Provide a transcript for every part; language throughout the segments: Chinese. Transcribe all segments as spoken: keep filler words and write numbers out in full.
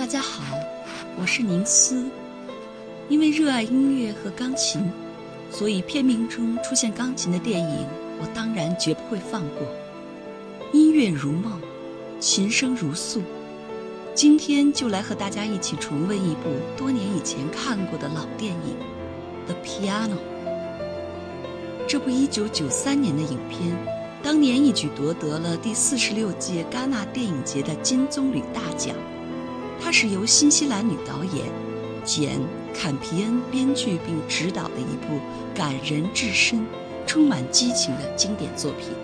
大家好，我是宁思。因为热爱音乐和钢琴，所以片名中出现钢琴的电影，我当然绝不会放过。音乐如梦，琴声如诉。今天就来和大家一起重温一部多年以前看过的老电影《The Piano》。这部一九九三年的影片，当年一举夺得了第四十六届戛纳电影节的金棕榈大奖。它是由新西兰女导演简·坎皮恩编剧并执导的一部感人至深、充满激情的经典作品。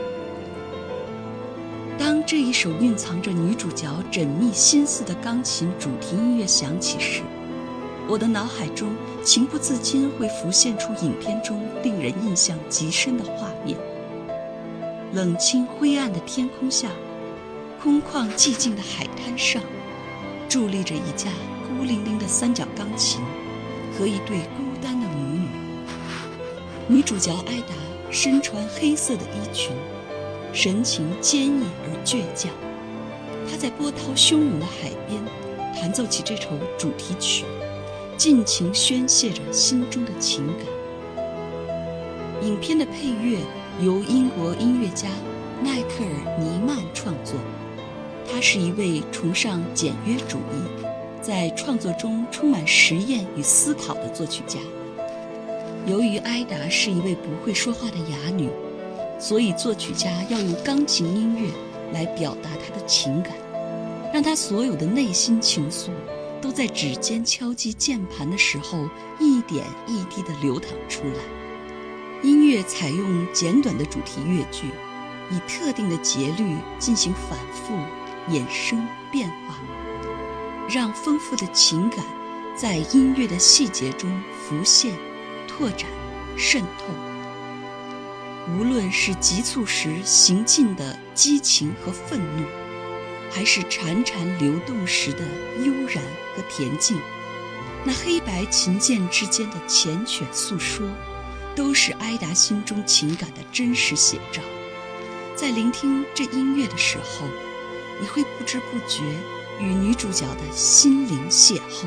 当这一首蕴藏着女主角缜密心思的钢琴主题音乐响起时，我的脑海中情不自禁会浮现出影片中令人印象极深的画面。冷清灰暗的天空下，空旷寂静的海滩上，伫立着一架孤零零的三角钢琴和一对孤单的母女。女主角艾达身穿黑色的衣裙，神情坚毅而倔强。她在波涛汹涌的海边弹奏起这首主题曲，尽情宣泄着心中的情感。影片的配乐由英国音乐家奈克尔·尼曼创作，他是一位崇尚简约主义，在创作中充满实验与思考的作曲家。由于艾达是一位不会说话的哑女，所以作曲家要用钢琴音乐来表达她的情感，让她所有的内心情愫都在指尖敲击键盘的时候一点一滴地流淌出来。音乐采用简短的主题乐句，以特定的节律进行反复衍生变化，让丰富的情感在音乐的细节中浮现、拓展、渗透。无论是急促时行进的激情和愤怒，还是潺潺流动时的悠然和恬静，那黑白琴键之间的缱绻诉说，都是艾达心中情感的真实写照。在聆听这音乐的时候，你会不知不觉与女主角的心灵邂逅。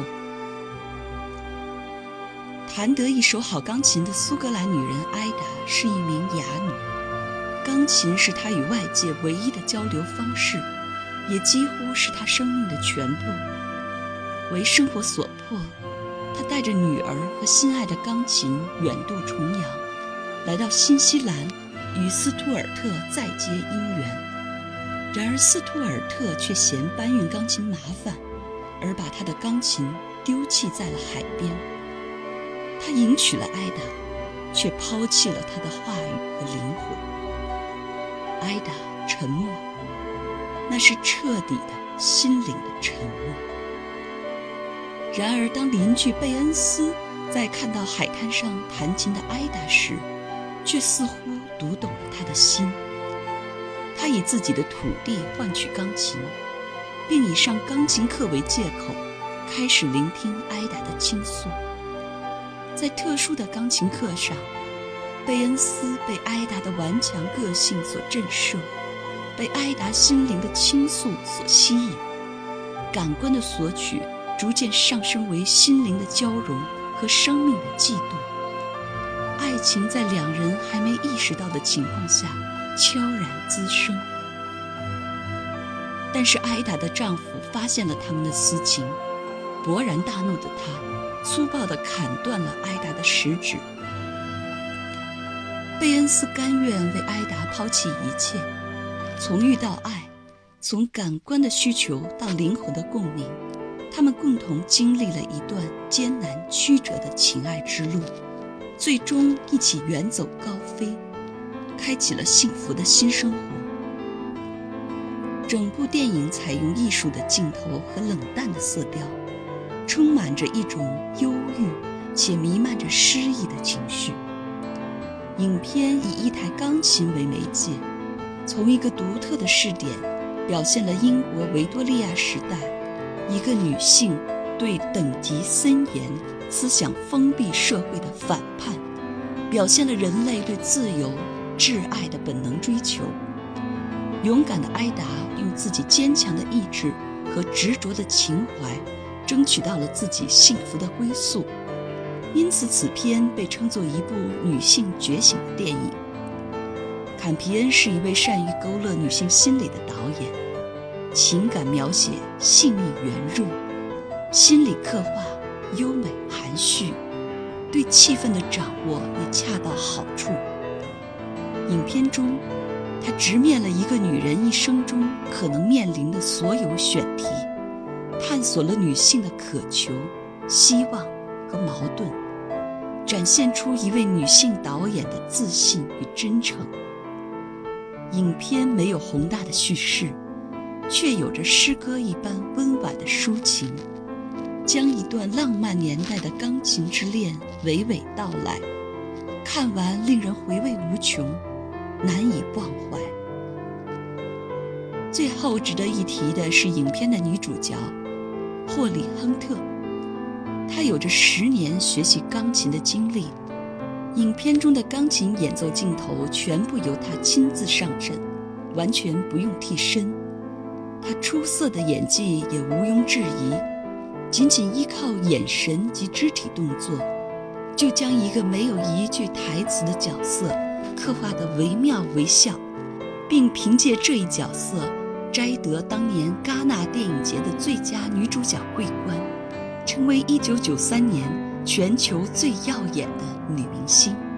弹得一手好钢琴的苏格兰女人艾达是一名哑女，钢琴是她与外界唯一的交流方式，也几乎是她生命的全部。为生活所迫，她带着女儿和心爱的钢琴远渡重洋，来到新西兰与斯图尔特再结姻缘。然而斯图尔特却嫌搬运钢琴麻烦，而把他的钢琴丢弃在了海边。他迎娶了艾达，却抛弃了他的话语和灵魂。艾达沉默，那是彻底的心灵的沉默。然而当邻居贝恩斯在看到海滩上弹琴的艾达时，却似乎读懂了他的心。他以自己的土地换取钢琴，并以上钢琴课为借口，开始聆听艾达的倾诉。在特殊的钢琴课上，贝恩斯被艾达的顽强个性所震慑，被艾达心灵的倾诉所吸引，感官的索取逐渐上升为心灵的交融和生命的悸动。爱情在两人还没意识到的情况下悄然滋生。但是艾达的丈夫发现了他们的私情，勃然大怒的他粗暴地砍断了艾达的食指。贝恩斯甘愿为艾达抛弃一切，从遇到爱，从感官的需求到灵魂的共鸣，他们共同经历了一段艰难曲折的情爱之路，最终一起远走高飞，开启了幸福的新生活。整部电影采用艺术的镜头和冷淡的色调，充满着一种忧郁且弥漫着诗意的情绪。影片以一台钢琴为媒介，从一个独特的视点表现了英国维多利亚时代一个女性对等级森严、思想封闭社会的反叛，表现了人类对自由、挚爱的本能追求。勇敢的艾达用自己坚强的意志和执着的情怀争取到了自己幸福的归宿，因此此片被称作一部女性觉醒的电影。坎皮恩是一位善于勾勒女性心理的导演，情感描写细腻圆润，心理刻画优美含蓄，对气氛的掌握也恰到好处。影片中，他直面了一个女人一生中可能面临的所有选题，探索了女性的渴求、希望和矛盾，展现出一位女性导演的自信与真诚。影片没有宏大的叙事，却有着诗歌一般温婉的抒情，将一段浪漫年代的钢琴之恋娓娓道来，看完令人回味无穷，难以忘怀。最后值得一提的是影片的女主角霍里·亨特，她有着十年学习钢琴的经历，影片中的钢琴演奏镜头全部由她亲自上阵，完全不用替身。她出色的演技也毋庸置疑，仅仅依靠眼神及肢体动作，就将一个没有一句台词的角色刻画得惟妙惟肖，并凭借这一角色摘得当年戛纳电影节的最佳女主角桂冠，成为一九九三年全球最耀眼的女明星。